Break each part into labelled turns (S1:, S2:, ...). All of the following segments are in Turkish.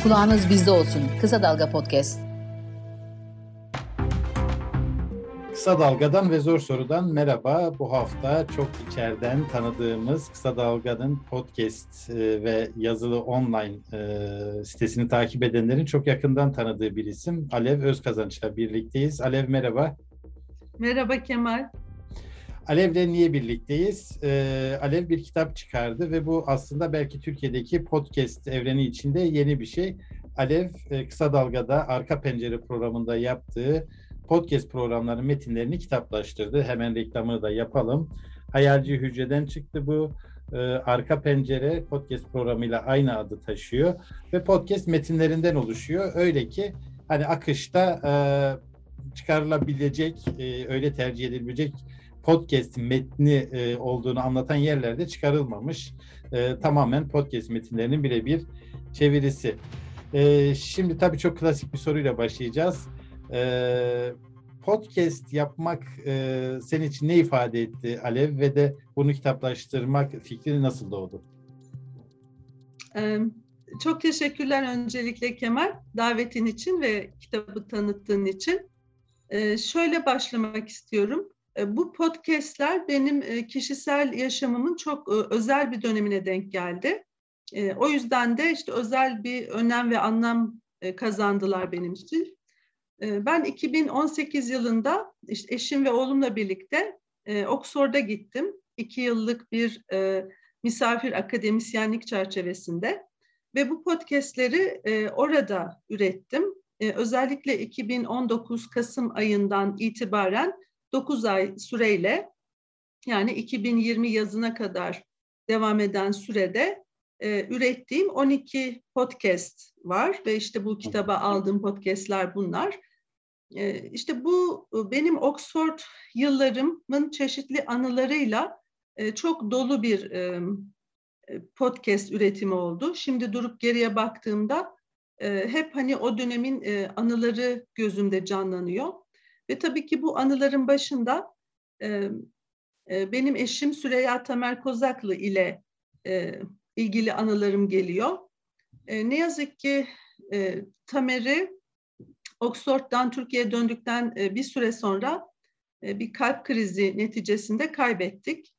S1: Kulağınız bizde olsun. Kısa Dalga Podcast.
S2: Kısa Dalga'dan ve Zor Soru'dan merhaba. Bu hafta çok içeriden tanıdığımız Kısa Dalga'nın podcast ve yazılı online sitesini takip edenlerin çok yakından tanıdığı bir isim. Alev Özkazanç'la birlikteyiz. Alev merhaba.
S3: Merhaba Kemal.
S2: Alev'le niye birlikteyiz? Alev bir kitap çıkardı ve bu aslında belki Türkiye'deki podcast evreni içinde yeni bir şey. Alev Kısa Dalga'da Arka Pencere programında yaptığı podcast programlarının metinlerini kitaplaştırdı. Hemen reklamını da yapalım. Hayalci Hücreden çıktı bu. Arka Pencere podcast programıyla aynı adı taşıyor ve podcast metinlerinden oluşuyor. Öyle ki hani akışta çıkarılabilecek, öyle tercih edilebilecek podcast metni olduğunu anlatan yerlerde çıkarılmamış. Tamamen podcast metinlerinin birebir çevirisi. Şimdi tabii çok klasik bir soruyla başlayacağız. Podcast yapmak senin için ne ifade etti Alev ve de bunu kitaplaştırmak fikri nasıl doğdu?
S3: Çok teşekkürler öncelikle Kemal, davetin için ve kitabı tanıttığın için. Şöyle başlamak istiyorum. Bu podcastler benim kişisel yaşamımın çok özel bir dönemine denk geldi. O yüzden de işte özel bir önem ve anlam kazandılar benim için. Ben 2018 yılında işte eşim ve oğlumla birlikte Oxford'a gittim. 2 yıllık bir misafir akademisyenlik çerçevesinde ve bu podcastleri orada ürettim. Özellikle 2019 Kasım ayından itibaren 9 ay süreyle, yani 2020 yazına kadar devam eden sürede ürettiğim 12 podcast var ve işte bu kitaba aldığım podcastler bunlar. İşte bu benim Oxford yıllarımın çeşitli anılarıyla çok dolu bir podcast üretimi oldu. Şimdi durup geriye baktığımda hep hani o dönemin anıları gözümde canlanıyor. Ve tabii ki bu anıların başında benim eşim Süreyya Tamer Kozaklı ile ilgili anılarım geliyor. Ne yazık ki Tamer'i Oxford'dan Türkiye'ye döndükten bir süre sonra bir kalp krizi neticesinde kaybettik.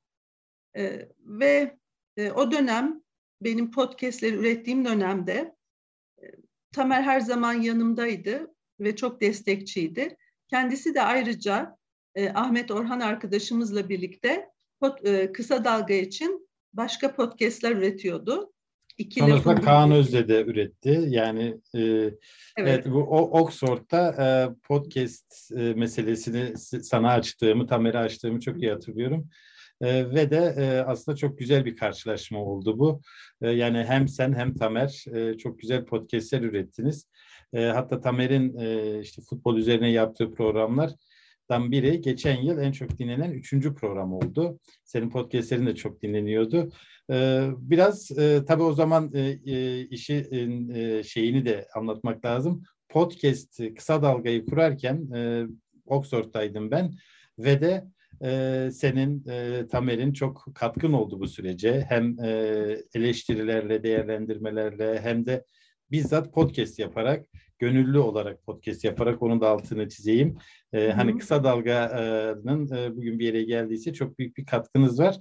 S3: Ve o dönem, benim podcastleri ürettiğim dönemde Tamer her zaman yanımdaydı ve çok destekçiydi. Kendisi de ayrıca Ahmet Orhan arkadaşımızla birlikte Kısa Dalga için başka podcastler üretiyordu.
S2: Sonrasında Kaan Özde de üretti. Yani evet, bu Oxford'da podcast meselesini sana açtığımı, Tamer'e açtığımı çok iyi hatırlıyorum. Ve de aslında çok güzel bir karşılaşma oldu bu. Yani hem sen hem Tamer çok güzel podcastler ürettiniz. Hatta Tamer'in işte futbol üzerine yaptığı programlardan biri geçen yıl en çok dinlenen 3. program oldu. Senin podcastlerin de çok dinleniyordu. Biraz tabii o zaman işin şeyini de anlatmak lazım. Podcast Kısa Dalga'yı kurarken Oxford'daydım ben ve de senin, Tamer'in çok katkın oldu bu sürece. Hem eleştirilerle, değerlendirmelerle hem de bizzat podcast yaparak, gönüllü olarak podcast yaparak, onun da altını çizeyim. Hani Kısa Dalga'nın bugün bir yere geldiyse çok büyük bir katkınız var.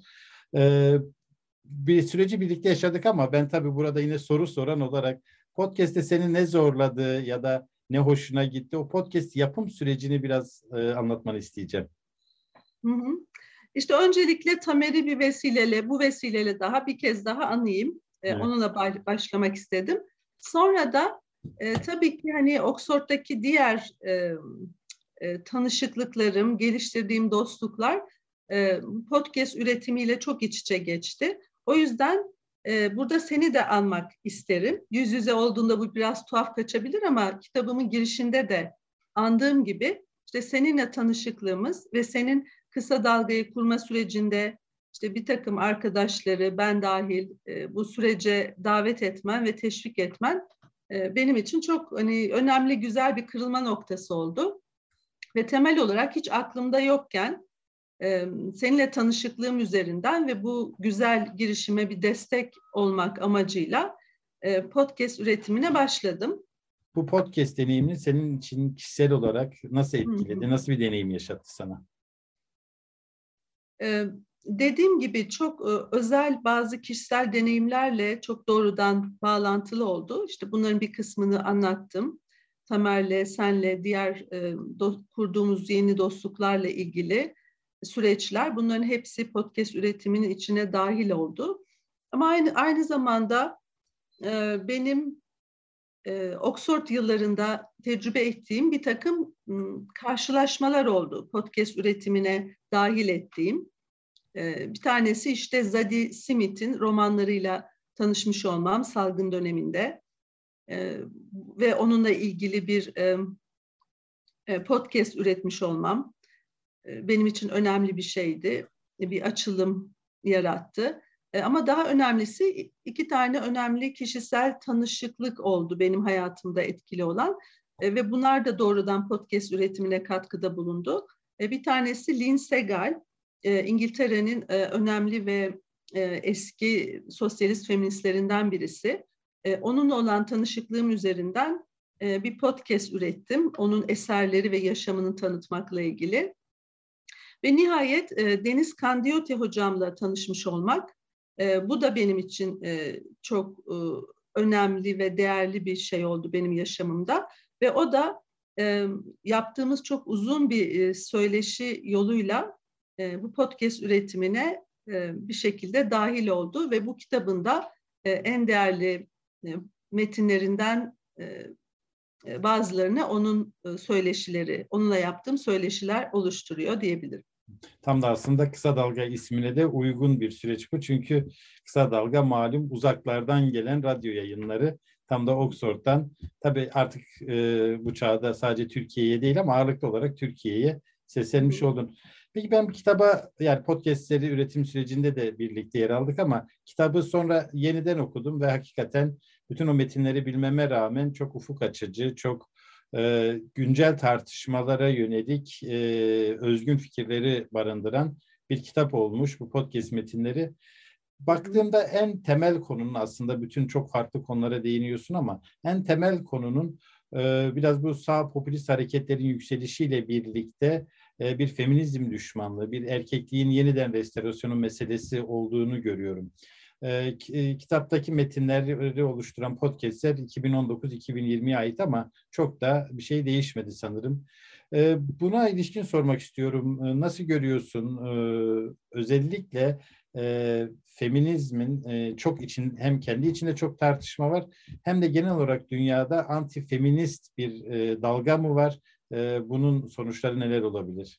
S2: Bir süreci birlikte yaşadık ama ben tabii burada yine soru soran olarak podcast'te seni ne zorladı ya da ne hoşuna gitti? O podcast yapım sürecini biraz anlatmanı isteyeceğim.
S3: İşte öncelikle Tamer'i bu vesileyle daha bir kez daha anayım. Evet. Onunla başlamak istedim. Sonra da tabii ki hani Oxford'daki diğer tanışıklıklarım, geliştirdiğim dostluklar podcast üretimiyle çok iç içe geçti. O yüzden burada seni de anmak isterim. Yüz yüze olduğunda bu biraz tuhaf kaçabilir ama kitabımın girişinde de andığım gibi işte seninle tanışıklığımız ve senin Kısa Dalga'yı kurma sürecinde işte bir takım arkadaşları, ben dahil bu sürece davet etmen ve teşvik etmen benim için çok hani önemli, güzel bir kırılma noktası oldu. Ve temel olarak hiç aklımda yokken seninle tanışıklığım üzerinden ve bu güzel girişime bir destek olmak amacıyla podcast üretimine başladım.
S2: Bu podcast deneyimini senin için kişisel olarak nasıl etkiledi? Nasıl bir deneyim yaşattı sana?
S3: Dediğim gibi çok özel bazı kişisel deneyimlerle çok doğrudan bağlantılı oldu. İşte bunların bir kısmını anlattım. Tamer'le, senle, diğer kurduğumuz yeni dostluklarla ilgili süreçler. Bunların hepsi podcast üretiminin içine dahil oldu. Ama aynı zamanda benim Oxford yıllarında tecrübe ettiğim bir takım karşılaşmalar oldu. Podcast üretimine dahil ettiğim. Bir tanesi işte Zadie Smith'in romanlarıyla tanışmış olmam salgın döneminde. Ve onunla ilgili bir podcast üretmiş olmam benim için önemli bir şeydi. Bir açılım yarattı. Ama daha önemlisi 2 tane önemli kişisel tanışıklık oldu benim hayatımda etkili olan. Ve bunlar da doğrudan podcast üretimine katkıda bulundu. Bir tanesi Lynn Segal, İngiltere'nin önemli ve eski sosyalist feministlerinden birisi. Onunla olan tanışıklığım üzerinden bir podcast ürettim. Onun eserleri ve yaşamını tanıtmakla ilgili. Ve nihayet Deniz Candioti hocamla tanışmış olmak, bu da benim için çok önemli ve değerli bir şey oldu benim yaşamımda. Ve o da yaptığımız çok uzun bir söyleşi yoluyla bu podcast üretimine bir şekilde dahil oldu. Ve bu kitabın da en değerli metinlerinden bazılarını onun söyleşileri, onunla yaptığım söyleşiler oluşturuyor diyebilirim.
S2: Tam da aslında Kısa Dalga ismine de uygun bir süreç bu. Çünkü Kısa Dalga malum uzaklardan gelen radyo yayınları. Tam da Oxford'dan. Tabii artık bu çağda sadece Türkiye'ye değil ama ağırlıklı olarak Türkiye'ye seslenmiş oldun. Peki ben bir kitaba, yani podcastleri üretim sürecinde de birlikte yer aldık ama kitabı sonra yeniden okudum ve hakikaten bütün o metinleri bilmeme rağmen çok ufuk açıcı, çok güncel tartışmalara yönelik özgün fikirleri barındıran bir kitap olmuş bu podcast metinleri. Baktığımda en temel konunun, aslında bütün çok farklı konulara değiniyorsun ama en temel konunun biraz bu sağ popülist hareketlerin yükselişiyle birlikte bir feminizm düşmanlığı, bir erkekliğin yeniden restorasyonu meselesi olduğunu görüyorum. Kitaptaki metinleri oluşturan podcastler 2019-2020'ye ait ama çok da bir şey değişmedi sanırım. Buna ilişkin sormak istiyorum. Nasıl görüyorsun? Özellikle feminizmin çok hem kendi içinde çok tartışma var hem de genel olarak dünyada anti-feminist bir dalga mı var? Bunun sonuçları neler olabilir?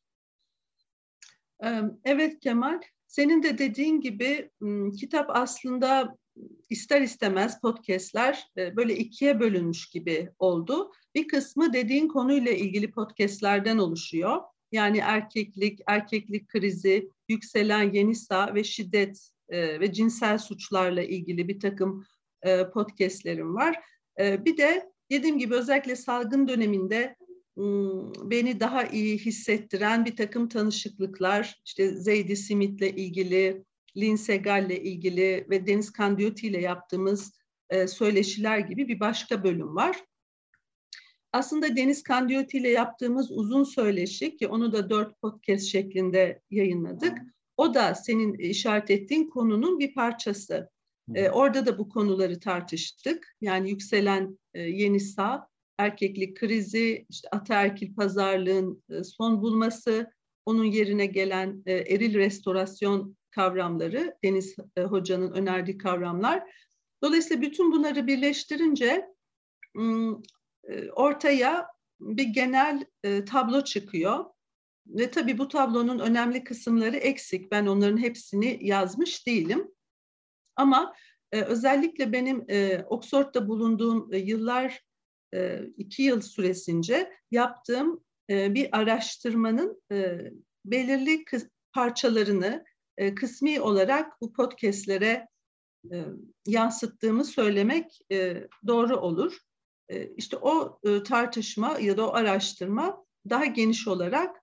S3: Evet Kemal, senin de dediğin gibi kitap aslında ister istemez podcastler böyle 2'ye bölünmüş gibi oldu. Bir kısmı dediğin konuyla ilgili podcastlerden oluşuyor. Yani erkeklik krizi, yükselen yeni sağ ve şiddet ve cinsel suçlarla ilgili bir takım podcastlerim var. Bir de dediğim gibi özellikle salgın döneminde beni daha iyi hissettiren bir takım tanışıklıklar, işte Zadie Smith'le ilgili, Lynn Segal'le ilgili ve Deniz Candioti ile yaptığımız söyleşiler gibi bir başka bölüm var. Aslında Deniz Candioti ile yaptığımız uzun söyleşi, ki onu da 4 podcast şeklinde yayınladık. O da senin işaret ettiğin konunun bir parçası. Orada da bu konuları tartıştık. Yani yükselen yeni sağ, erkeklik krizi, işte ataerkil pazarlığın son bulması, onun yerine gelen eril restorasyon kavramları, Deniz Hoca'nın önerdiği kavramlar. Dolayısıyla bütün bunları birleştirince ortaya bir genel tablo çıkıyor. Ve tabii bu tablonun önemli kısımları eksik. Ben onların hepsini yazmış değilim. Ama özellikle benim Oxford'da bulunduğum yıllar, 2 yıl süresince yaptığım bir araştırmanın belirli parçalarını kısmi olarak bu podcastlere yansıttığımı söylemek doğru olur. İşte o tartışma ya da o araştırma daha geniş olarak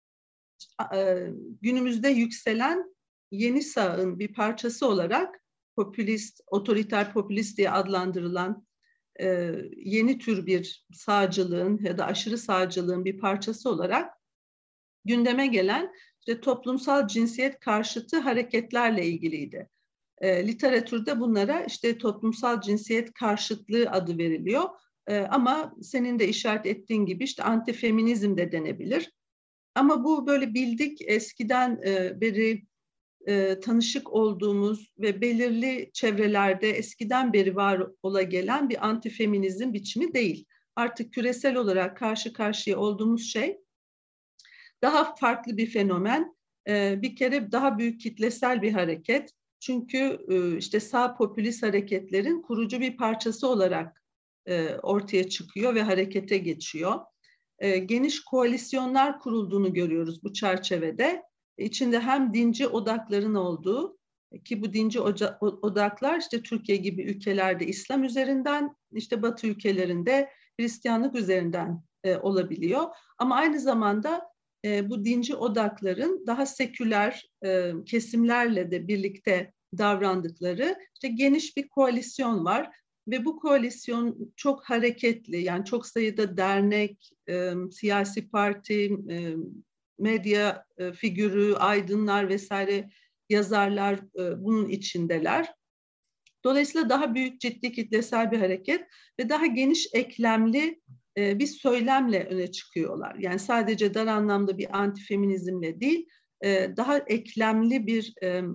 S3: günümüzde yükselen yeni sağın bir parçası olarak popülist, otoriter popülist diye adlandırılan yeni tür bir sağcılığın ya da aşırı sağcılığın bir parçası olarak gündeme gelen işte toplumsal cinsiyet karşıtı hareketlerle ilgiliydi. Literatürde bunlara işte toplumsal cinsiyet karşıtlığı adı veriliyor. Ama senin de işaret ettiğin gibi işte antifeminizm de denebilir. Ama bu böyle bildik eskiden beri tanışık olduğumuz ve belirli çevrelerde eskiden beri var ola gelen bir antifeminizm biçimi değil. Artık küresel olarak karşı karşıya olduğumuz şey daha farklı bir fenomen. Bir kere daha büyük kitlesel bir hareket. Çünkü işte sağ popülist hareketlerin kurucu bir parçası olarak ortaya çıkıyor ve harekete geçiyor. Geniş koalisyonlar kurulduğunu görüyoruz bu çerçevede. İçinde hem dinci odakların olduğu ki bu dinci odaklar işte Türkiye gibi ülkelerde İslam üzerinden, işte Batı ülkelerinde Hristiyanlık üzerinden olabiliyor. Ama aynı zamanda bu dinci odakların daha seküler kesimlerle de birlikte davrandıkları işte geniş bir koalisyon var. Ve bu koalisyon çok hareketli, yani çok sayıda dernek, siyasi parti, medya figürü, aydınlar vesaire, yazarlar bunun içindeler. Dolayısıyla daha büyük, ciddi kitlesel bir hareket ve daha geniş eklemli bir söylemle öne çıkıyorlar. Yani sadece dar anlamda bir antifeminizmle değil, daha eklemli bir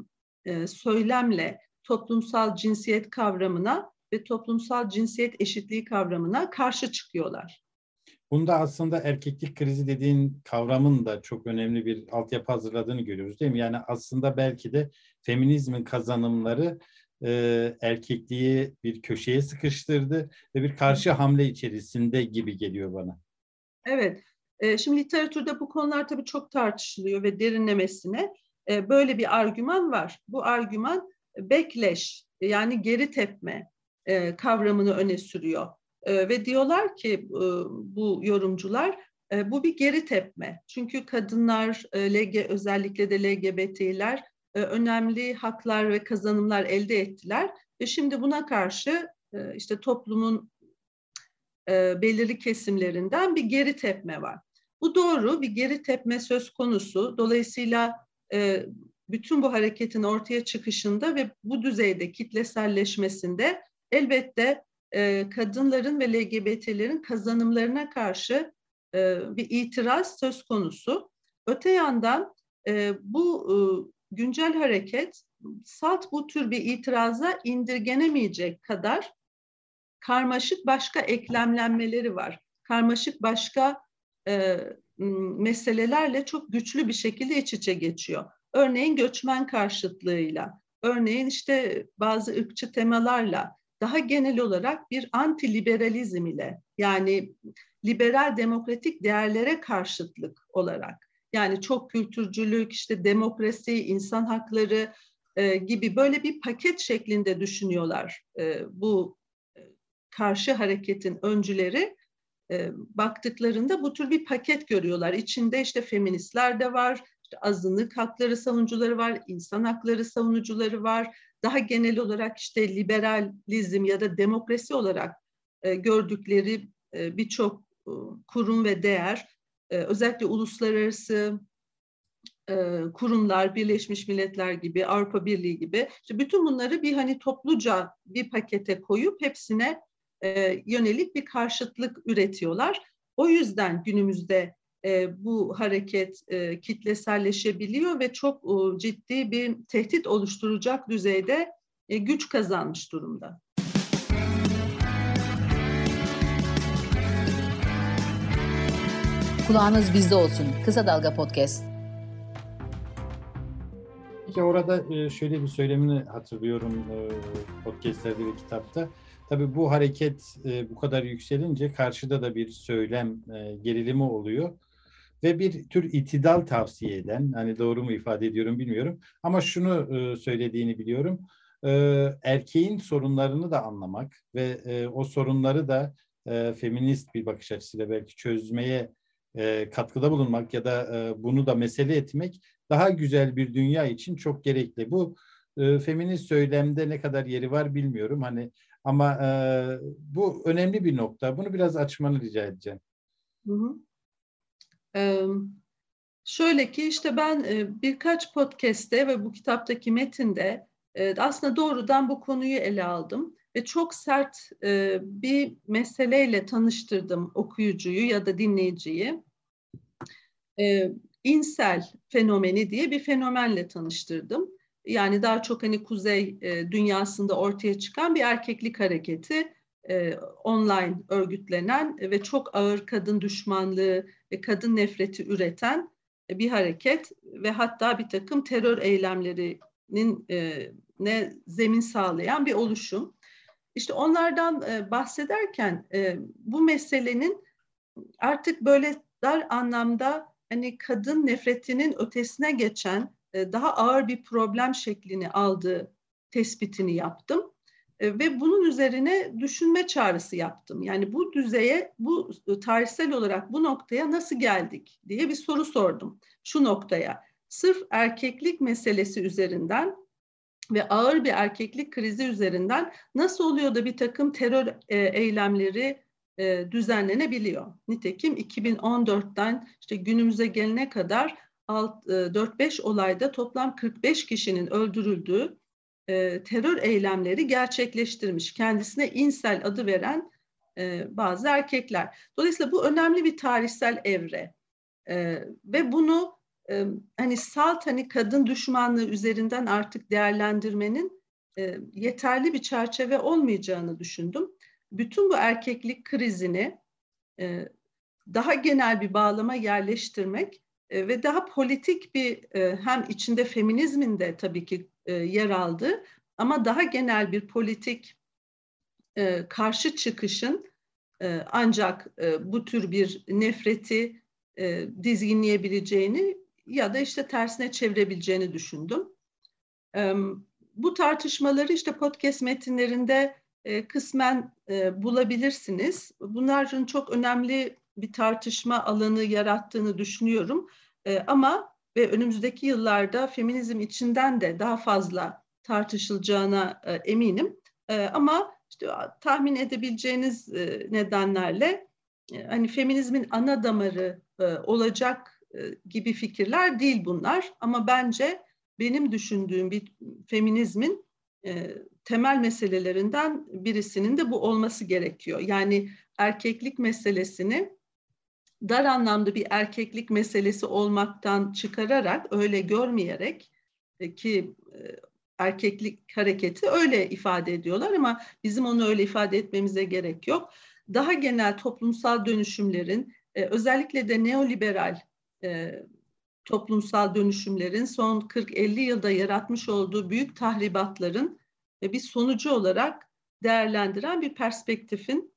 S3: söylemle toplumsal cinsiyet kavramına ve toplumsal cinsiyet eşitliği kavramına karşı çıkıyorlar.
S2: Bunda aslında erkeklik krizi dediğin kavramın da çok önemli bir altyapı hazırladığını görüyoruz, değil mi? Yani aslında belki de feminizmin kazanımları erkekliği bir köşeye sıkıştırdı ve bir karşı hamle içerisinde gibi geliyor bana.
S3: Evet. Şimdi literatürde bu konular tabii çok tartışılıyor ve derinlemesine böyle bir argüman var. Bu argüman backlash, yani geri tepme kavramını öne sürüyor. Ve diyorlar ki bu yorumcular bu bir geri tepme. Çünkü kadınlar, özellikle de LGBT'ler önemli haklar ve kazanımlar elde ettiler. Ve şimdi buna karşı işte toplumun belirli kesimlerinden bir geri tepme var. Bu doğru, bir geri tepme söz konusu. Dolayısıyla bütün bu hareketin ortaya çıkışında ve bu düzeyde kitleselleşmesinde elbette kadınların ve LGBT'lerin kazanımlarına karşı bir itiraz söz konusu. Öte yandan bu güncel hareket salt bu tür bir itiraza indirgenemeyecek kadar karmaşık başka eklemlenmeleri var. Karmaşık başka meselelerle çok güçlü bir şekilde iç içe geçiyor. Örneğin göçmen karşıtlığıyla, örneğin işte bazı ırkçı temalarla, daha genel olarak bir antiliberalizm ile, yani liberal demokratik değerlere karşıtlık olarak, yani çok kültürcülük, işte demokrasi, insan hakları gibi böyle bir paket şeklinde düşünüyorlar bu karşı hareketin öncüleri. Baktıklarında bu tür bir paket görüyorlar. İçinde işte feministler de var, işte azınlık hakları savunucuları var, insan hakları savunucuları var. Daha genel olarak işte liberalizm ya da demokrasi olarak gördükleri birçok kurum ve değer, özellikle uluslararası kurumlar, Birleşmiş Milletler gibi, Avrupa Birliği gibi, işte bütün bunları bir hani topluca bir pakete koyup hepsine yönelik bir karşıtlık üretiyorlar. O yüzden günümüzde bu hareket kitleselleşebiliyor ve çok ciddi bir tehdit oluşturacak düzeyde güç kazanmış durumda.
S1: Kulağınız bizde olsun. Kısa Dalga Podcast.
S2: Peki orada şöyle bir söylemini hatırlıyorum podcastlerde ve kitapta. Tabii bu hareket bu kadar yükselince karşıda da bir söylem gerilimi oluyor. Ve bir tür itidal tavsiye eden, hani doğru mu ifade ediyorum bilmiyorum. Ama şunu söylediğini biliyorum. Erkeğin sorunlarını da anlamak ve o sorunları da feminist bir bakış açısıyla belki çözmeye katkıda bulunmak ya da bunu da mesele etmek daha güzel bir dünya için çok gerekli. Bu feminist söylemde ne kadar yeri var bilmiyorum. Hani ama bu önemli bir nokta. Bunu biraz açmanı rica edeceğim.
S3: Hı hı. Şöyle ki işte ben birkaç podcast'te ve bu kitaptaki metinde aslında doğrudan bu konuyu ele aldım ve çok sert bir meseleyle tanıştırdım okuyucuyu ya da dinleyiciyi. İnsel fenomeni diye bir fenomenle tanıştırdım. Yani daha çok hani kuzey dünyasında ortaya çıkan bir erkeklik hareketi, online örgütlenen ve çok ağır kadın düşmanlığı ve kadın nefreti üreten bir hareket ve hatta bir takım terör eylemlerinin ne zemin sağlayan bir oluşum. İşte onlardan bahsederken bu meselenin artık böyle dar anlamda hani kadın nefretinin ötesine geçen daha ağır bir problem şeklini aldığı tespitini yaptım. Ve bunun üzerine düşünme çağrısı yaptım. Yani bu düzeye, bu tarihsel olarak bu noktaya nasıl geldik diye bir soru sordum. Şu noktaya, sırf erkeklik meselesi üzerinden ve ağır bir erkeklik krizi üzerinden nasıl oluyor da bir takım terör eylemleri düzenlenebiliyor? Nitekim 2014'ten işte günümüze gelene kadar 4-5 olayda toplam 45 kişinin öldürüldüğü terör eylemleri gerçekleştirmiş. Kendisine insel adı veren bazı erkekler. Dolayısıyla bu önemli bir tarihsel evre. Ve bunu hani salt hani kadın düşmanlığı üzerinden artık değerlendirmenin yeterli bir çerçeve olmayacağını düşündüm. Bütün bu erkeklik krizini daha genel bir bağlama yerleştirmek ve daha politik bir hem içinde feminizmin de tabii ki yer aldığı ama daha genel bir politik karşı çıkışın ancak bu tür bir nefreti dizginleyebileceğini ya da işte tersine çevirebileceğini düşündüm. Bu tartışmaları işte podcast metinlerinde kısmen bulabilirsiniz. Bunların çok önemli bir tartışma alanı yarattığını düşünüyorum. Ama ve önümüzdeki yıllarda feminizm içinden de daha fazla tartışılacağına eminim. Ama işte tahmin edebileceğiniz nedenlerle hani feminizmin ana damarı olacak gibi fikirler değil bunlar. Ama bence benim düşündüğüm bir feminizmin temel meselelerinden birisinin de bu olması gerekiyor. Yani erkeklik meselesini dar anlamda bir erkeklik meselesi olmaktan çıkararak, öyle görmeyerek ki erkeklik hareketi öyle ifade ediyorlar ama bizim onu öyle ifade etmemize gerek yok. Daha genel toplumsal dönüşümlerin, özellikle de neoliberal toplumsal dönüşümlerin son 40-50 yılda yaratmış olduğu büyük tahribatların bir sonucu olarak değerlendiren bir perspektifin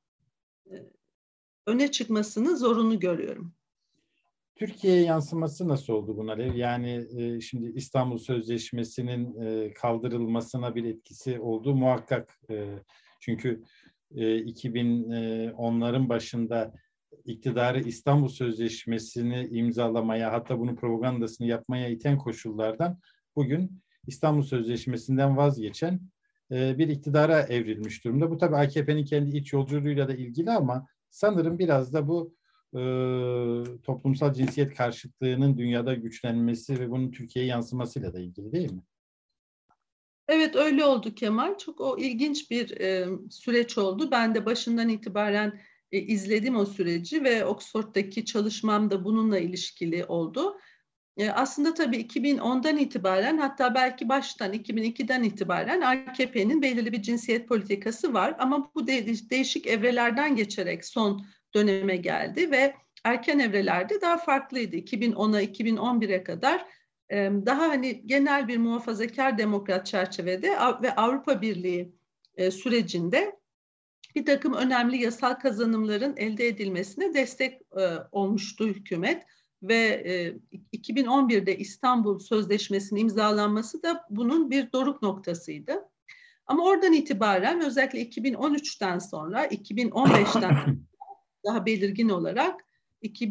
S3: öne çıkmasını zorunlu görüyorum.
S2: Türkiye'ye yansıması nasıl oldu bunlar? Yani şimdi İstanbul Sözleşmesi'nin kaldırılmasına bir etkisi olduğu muhakkak. Çünkü 2010'ların başında iktidarı İstanbul Sözleşmesi'ni imzalamaya, hatta bunun propagandasını yapmaya iten koşullardan bugün İstanbul Sözleşmesi'nden vazgeçen bir iktidara evrilmiş durumda. Bu tabii AKP'nin kendi iç yolculuğuyla da ilgili ama sanırım biraz da bu toplumsal cinsiyet karşıtlığının dünyada güçlenmesi ve bunun Türkiye'ye yansımasıyla da ilgili değil mi?
S3: Evet, öyle oldu Kemal. Çok ilginç bir süreç oldu. Ben de başından itibaren izledim o süreci ve Oxford'daki çalışmam da bununla ilişkili oldu. Aslında tabii 2010'dan itibaren, hatta belki baştan 2002'den itibaren AKP'nin belirli bir cinsiyet politikası var. Ama bu değişik evrelerden geçerek son döneme geldi ve erken evrelerde daha farklıydı. 2010'a, 2011'e kadar daha hani genel bir muhafazakar demokrat çerçevede ve Avrupa Birliği sürecinde bir takım önemli yasal kazanımların elde edilmesine destek olmuştu hükümet. Ve 2011'de İstanbul Sözleşmesi'nin imzalanması da bunun bir doruk noktasıydı. Ama oradan itibaren özellikle 2013'ten sonra, 2015'ten daha belirgin olarak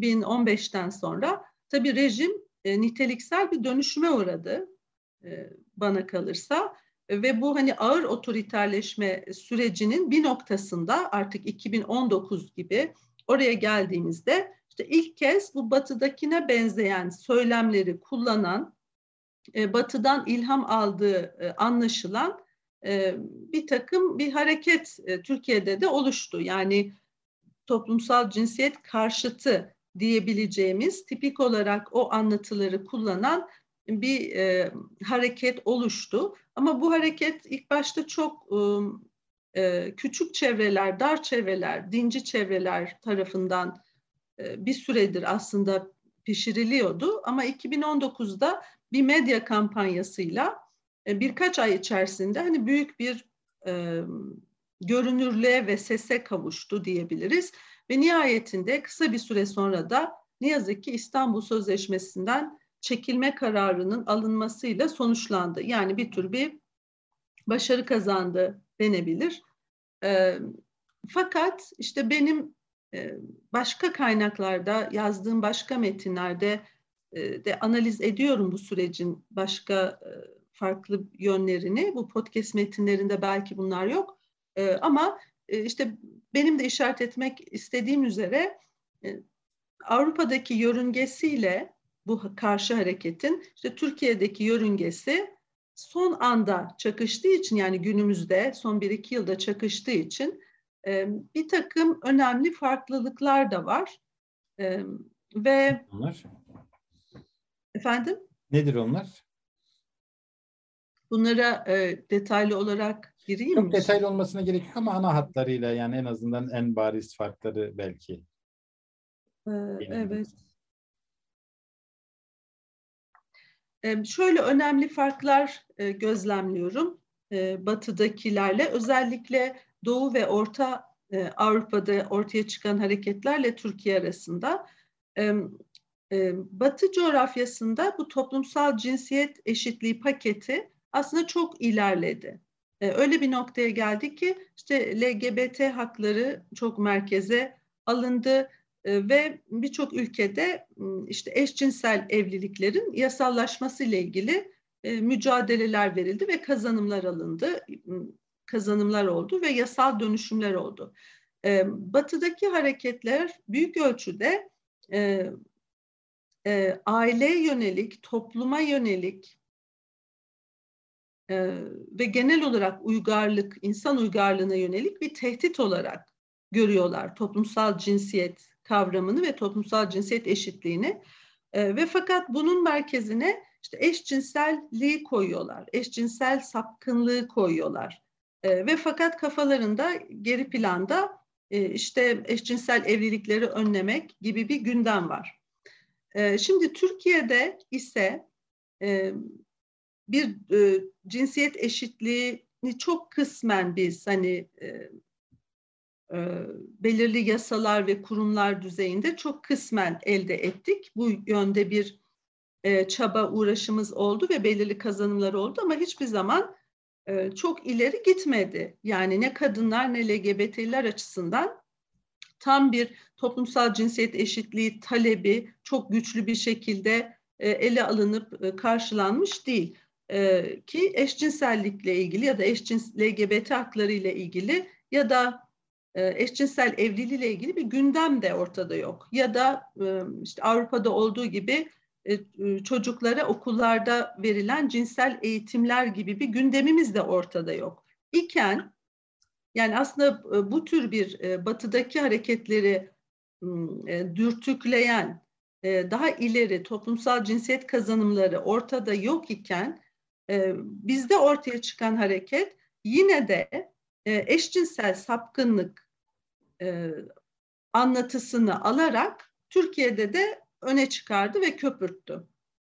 S3: 2015'ten sonra tabii rejim niteliksel bir dönüşüme uğradı. bana kalırsa. Ve bu hani ağır otoriterleşme sürecinin bir noktasında artık 2019 gibi oraya geldiğimizde işte ilk kez bu batıdakine benzeyen söylemleri kullanan, batıdan ilham aldığı anlaşılan bir hareket Türkiye'de de oluştu. Yani toplumsal cinsiyet karşıtı diyebileceğimiz tipik olarak o anlatıları kullanan bir hareket oluştu. Ama bu hareket ilk başta çok küçük çevreler, dar çevreler, dinci çevreler tarafından bir süredir aslında pişiriliyordu. Ama 2019'da bir medya kampanyasıyla birkaç ay içerisinde hani büyük bir görünürlüğe ve sese kavuştu diyebiliriz. Ve nihayetinde kısa bir süre sonra da ne yazık ki İstanbul Sözleşmesi'nden çekilme kararının alınmasıyla sonuçlandı. Yani bir tür bir başarı kazandı denebilir. Fakat işte benim başka kaynaklarda yazdığım başka metinlerde de analiz ediyorum bu sürecin başka farklı yönlerini. Bu podcast metinlerinde belki bunlar yok. Ama işte benim de işaret etmek istediğim üzere Avrupa'daki yörüngesiyle bu karşı hareketin işte Türkiye'deki yörüngesi son anda çakıştığı için, yani günümüzde son 1-2 yılda çakıştığı için bir takım önemli farklılıklar da var. Ve
S2: onlar?
S3: Efendim?
S2: Nedir onlar?
S3: Bunlara detaylı olarak gireyim
S2: Çok
S3: mi?
S2: detaylı olmasına gerek yok ama ana hatlarıyla, yani en azından en bariz farkları belki.
S3: Evet. Şöyle önemli farklar gözlemliyorum batıdakilerle. Özellikle Doğu ve Orta Avrupa'da ortaya çıkan hareketlerle Türkiye arasında. Batı coğrafyasında bu toplumsal cinsiyet eşitliği paketi aslında çok ilerledi. Öyle bir noktaya geldi ki işte LGBT hakları çok merkeze alındı ve birçok ülkede işte eşcinsel evliliklerin yasallaşması ile ilgili mücadeleler verildi ve kazanımlar alındı, kazanımlar oldu ve yasal dönüşümler oldu. Batıdaki hareketler büyük ölçüde aileye yönelik, topluma yönelik ve genel olarak uygarlık, insan uygarlığına yönelik bir tehdit olarak görüyorlar toplumsal cinsiyet kavramını ve toplumsal cinsiyet eşitliğini. Ve fakat bunun merkezine işte eşcinselliği koyuyorlar, eşcinsel sapkınlığı koyuyorlar. Ve fakat kafalarında geri planda işte eşcinsel evlilikleri önlemek gibi bir gündem var. Şimdi Türkiye'de ise bir cinsiyet eşitliğini çok kısmen biz hani belirli yasalar ve kurumlar düzeyinde çok kısmen elde ettik. Bu yönde bir çaba, uğraşımız oldu ve belirli kazanımlar oldu ama hiçbir zaman çok ileri gitmedi. Yani ne kadınlar ne LGBT'ler açısından tam bir toplumsal cinsiyet eşitliği talebi çok güçlü bir şekilde ele alınıp karşılanmış değil. Ki eşcinsellikle ilgili ya da LGBT hakları ile ilgili ya da eşcinsel evliliğiyle ilgili bir gündem de ortada yok. Ya da işte Avrupa'da olduğu gibi çocuklara okullarda verilen cinsel eğitimler gibi bir gündemimiz de ortada yok. İken yani aslında bu tür bir batıdaki hareketleri dürtükleyen daha ileri toplumsal cinsiyet kazanımları ortada yok iken bizde ortaya çıkan hareket yine de eşcinsel sapkınlık anlatısını alarak Türkiye'de de öne çıkardı ve köpürttü.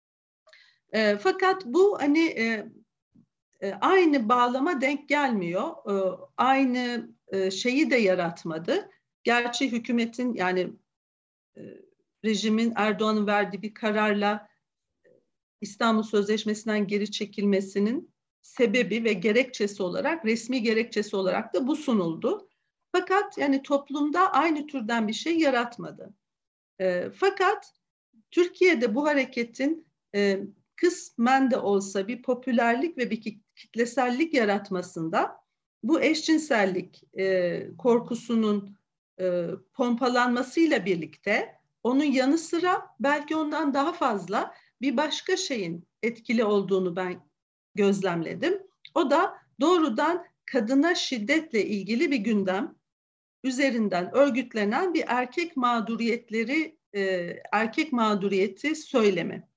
S3: Fakat bu hani aynı bağlama denk gelmiyor. Aynı şeyi de yaratmadı. Gerçi hükümetin yani rejimin Erdoğan'ın verdiği bir kararla İstanbul Sözleşmesi'nden geri çekilmesinin sebebi ve gerekçesi olarak, resmi gerekçesi olarak da bu sunuldu. Fakat yani toplumda aynı türden bir şey yaratmadı. Fakat Türkiye'de bu hareketin kısmen de olsa bir popülerlik ve bir kitlesellik yaratmasında bu eşcinsellik korkusunun pompalanmasıyla birlikte onun yanı sıra belki ondan daha fazla bir başka şeyin etkili olduğunu ben gözlemledim. O da doğrudan kadına şiddetle ilgili bir gündem üzerinden örgütlenen bir erkek mağduriyeti söylemi.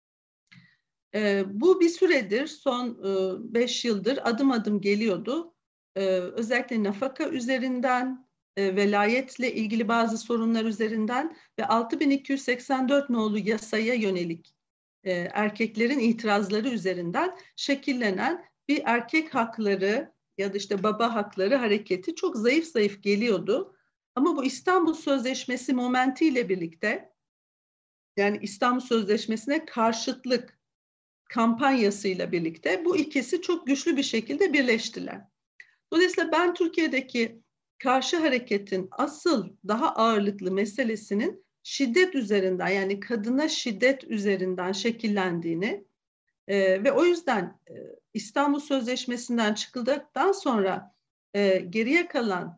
S3: Bu bir süredir, son 5 yıldır adım adım geliyordu. Özellikle nafaka üzerinden, velayetle ilgili bazı sorunlar üzerinden ve 6284 nolu yasaya yönelik erkeklerin itirazları üzerinden şekillenen bir erkek hakları ya da işte baba hakları hareketi çok zayıf zayıf geliyordu. Ama bu İstanbul Sözleşmesi momentiyle birlikte, yani İstanbul Sözleşmesi'ne karşıtlık kampanyasıyla birlikte bu ikisi çok güçlü bir şekilde birleştiler. Dolayısıyla ben Türkiye'deki karşı hareketin asıl daha ağırlıklı meselesinin şiddet üzerinden, yani kadına şiddet üzerinden şekillendiğini ve o yüzden İstanbul Sözleşmesi'nden çıkıldıktan sonra geriye kalan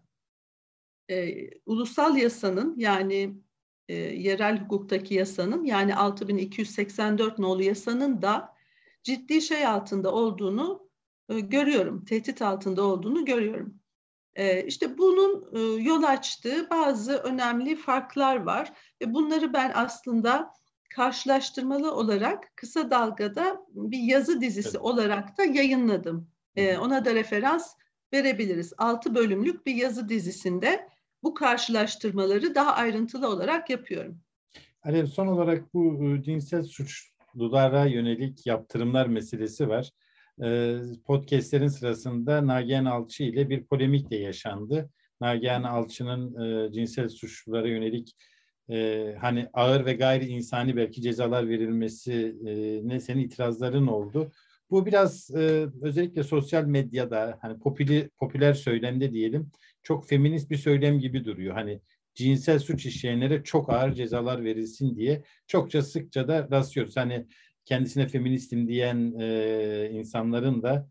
S3: ulusal yasanın, yani yerel hukuktaki yasanın, yani 6284 nolu yasanın da ciddi şey altında olduğunu görüyorum, tehdit altında olduğunu görüyorum. İşte bunun yol açtığı bazı önemli farklar var ve bunları ben aslında karşılaştırmalı olarak Kısa Dalga'da bir yazı dizisi olarak da yayınladım. Ona da referans verebiliriz. 6 bölümlük bir yazı dizisinde bu karşılaştırmaları daha ayrıntılı olarak yapıyorum.
S2: Alev, son olarak bu cinsel suçlulara yönelik yaptırımlar meselesi var. Podcastlerin sırasında Nagihan Alçı ile bir polemik de yaşandı. Nagihan Alçı'nın cinsel suçlulara yönelik hani ağır ve gayri insani belki cezalar verilmesine senin itirazların oldu. Bu biraz özellikle sosyal medyada hani popüler söylemde diyelim çok feminist bir söylem gibi duruyor. Hani cinsel suç işleyenlere çok ağır cezalar verilsin diye çokça sıkça da rastlıyoruz. Hani kendisine feministim diyen insanların da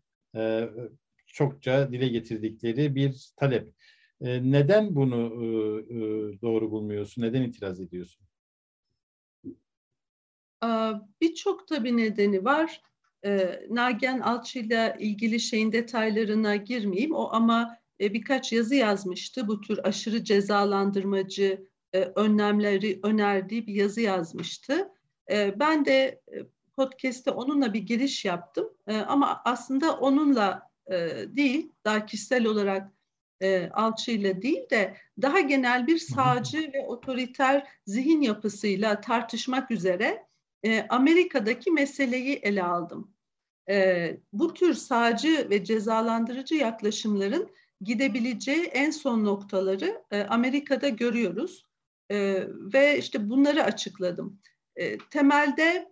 S2: çokça dile getirdikleri bir talep. Neden bunu doğru bulmuyorsun? Neden itiraz ediyorsun?
S3: Birçok tabii nedeni var. Nagihan Alçı'yla ilgili şeyin detaylarına girmeyeyim. O ama birkaç yazı yazmıştı. Bu tür aşırı cezalandırmacı önlemleri önerdiği bir yazı yazmıştı. Ben de podcast'te onunla bir giriş yaptım. Ama aslında onunla değil, daha kişisel olarak Alçı'yla değil de daha genel bir sağcı ve otoriter zihin yapısıyla tartışmak üzere Amerika'daki meseleyi ele aldım. Bu tür sağcı ve cezalandırıcı yaklaşımların gidebileceği en son noktaları Amerika'da görüyoruz. Ve işte bunları açıkladım. Temelde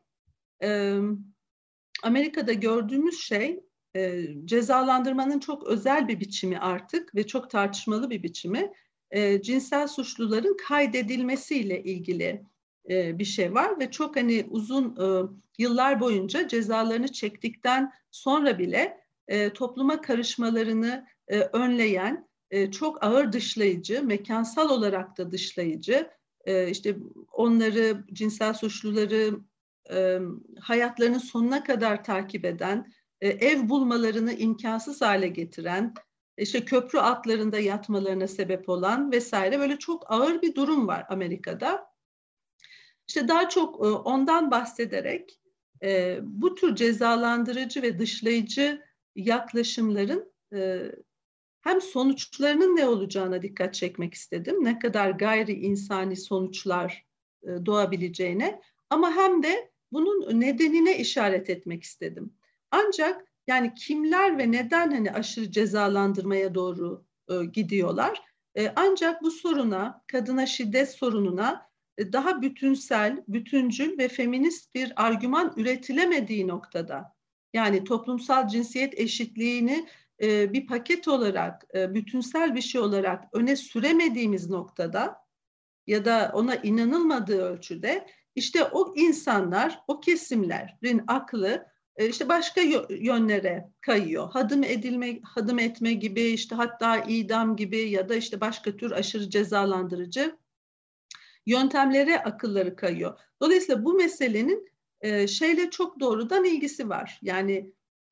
S3: Amerika'da gördüğümüz şey cezalandırmanın çok özel bir biçimi artık ve çok tartışmalı bir biçimi. Cinsel suçluların kaydedilmesiyle ilgili bir şey var ve çok hani uzun yıllar boyunca cezalarını çektikten sonra bile topluma karışmalarını önleyen çok ağır dışlayıcı, mekansal olarak da dışlayıcı, işte onları, cinsel suçluları hayatlarının sonuna kadar takip eden, ev bulmalarını imkansız hale getiren, işte köprü altlarında yatmalarına sebep olan vesaire, böyle çok ağır bir durum var Amerika'da. İşte daha çok ondan bahsederek bu tür cezalandırıcı ve dışlayıcı yaklaşımların hem sonuçlarının ne olacağına dikkat çekmek istedim. Ne kadar gayri insani sonuçlar doğabileceğine, ama hem de bunun nedenine işaret etmek istedim. Ancak yani kimler ve neden hani aşırı cezalandırmaya doğru gidiyorlar? Ancak bu soruna, kadına şiddet sorununa daha bütünsel, bütüncül ve feminist bir argüman üretilemediği noktada, yani toplumsal cinsiyet eşitliğini bir paket olarak, bütünsel bir şey olarak öne süremediğimiz noktada ya da ona inanılmadığı ölçüde İşte o insanlar, o kesimlerin aklı işte başka yönlere kayıyor. Hadım etme gibi, işte hatta idam gibi ya da işte başka tür aşırı cezalandırıcı yöntemlere akılları kayıyor. Dolayısıyla bu meselenin şeyle çok doğrudan ilgisi var. Yani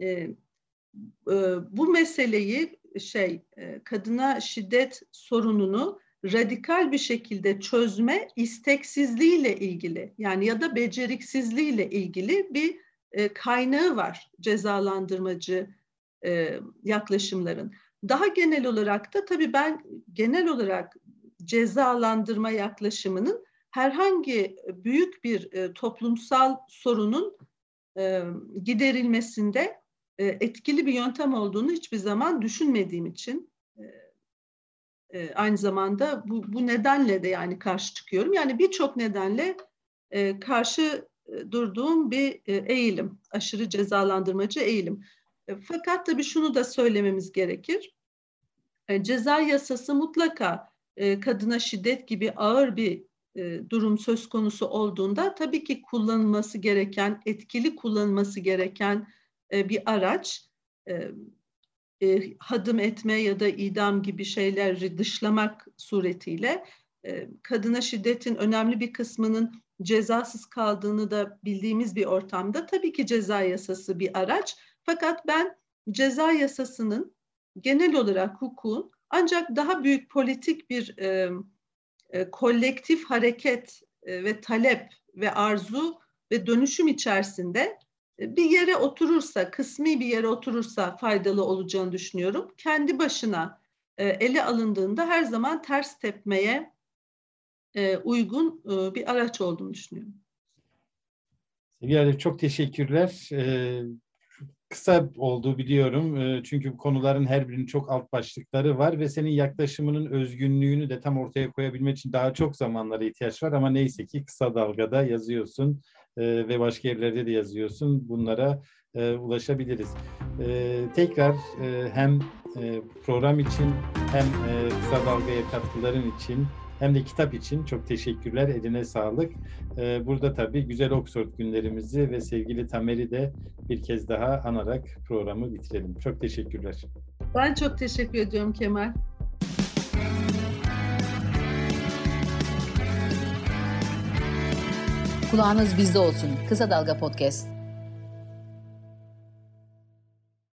S3: bu meseleyi kadına şiddet sorununu radikal bir şekilde çözme isteksizliğiyle ilgili, yani ya da beceriksizliğiyle ilgili bir kaynağı var cezalandırmacı yaklaşımların. Daha genel olarak da tabii ben genel olarak cezalandırma yaklaşımının herhangi büyük bir toplumsal sorunun giderilmesinde etkili bir yöntem olduğunu hiçbir zaman düşünmediğim için aynı zamanda bu nedenle de yani karşı çıkıyorum. Yani birçok nedenle karşı durduğum bir eğilim, aşırı cezalandırmacı eğilim. Fakat tabii şunu da söylememiz gerekir. Ceza yasası mutlaka kadına şiddet gibi ağır bir durum söz konusu olduğunda tabii ki kullanılması gereken, etkili kullanılması gereken bir araç. Hadım etme ya da idam gibi şeyleri dışlamak suretiyle kadına şiddetin önemli bir kısmının cezasız kaldığını da bildiğimiz bir ortamda tabii ki ceza yasası bir araç. Fakat ben ceza yasasının genel olarak hukukun ancak daha büyük politik bir kolektif hareket ve talep ve arzu ve dönüşüm içerisinde bir yere oturursa, kısmi bir yere oturursa faydalı olacağını düşünüyorum. Kendi başına ele alındığında her zaman ters tepmeye uygun bir araç olduğunu düşünüyorum.
S2: Sevgili Alev, çok teşekkürler. Kısa olduğu biliyorum. Çünkü bu konuların her birinin çok alt başlıkları var ve senin yaklaşımının özgünlüğünü de tam ortaya koyabilmek için daha çok zamanlara ihtiyaç var. Ama neyse ki Kısa Dalga'da yazıyorsun ve başka yerlerde de yazıyorsun. Bunlara ulaşabiliriz. Tekrar hem program için hem Kısa Dalga'ya katkıların için hem de kitap için çok teşekkürler. Eline sağlık. Burada tabii güzel Oxford günlerimizi ve sevgili Tamer'i de bir kez daha anarak programı bitirelim. Çok teşekkürler.
S3: Ben çok teşekkür ediyorum Kemal.
S1: Kulağınız bizde olsun. Kısa Dalga Podcast.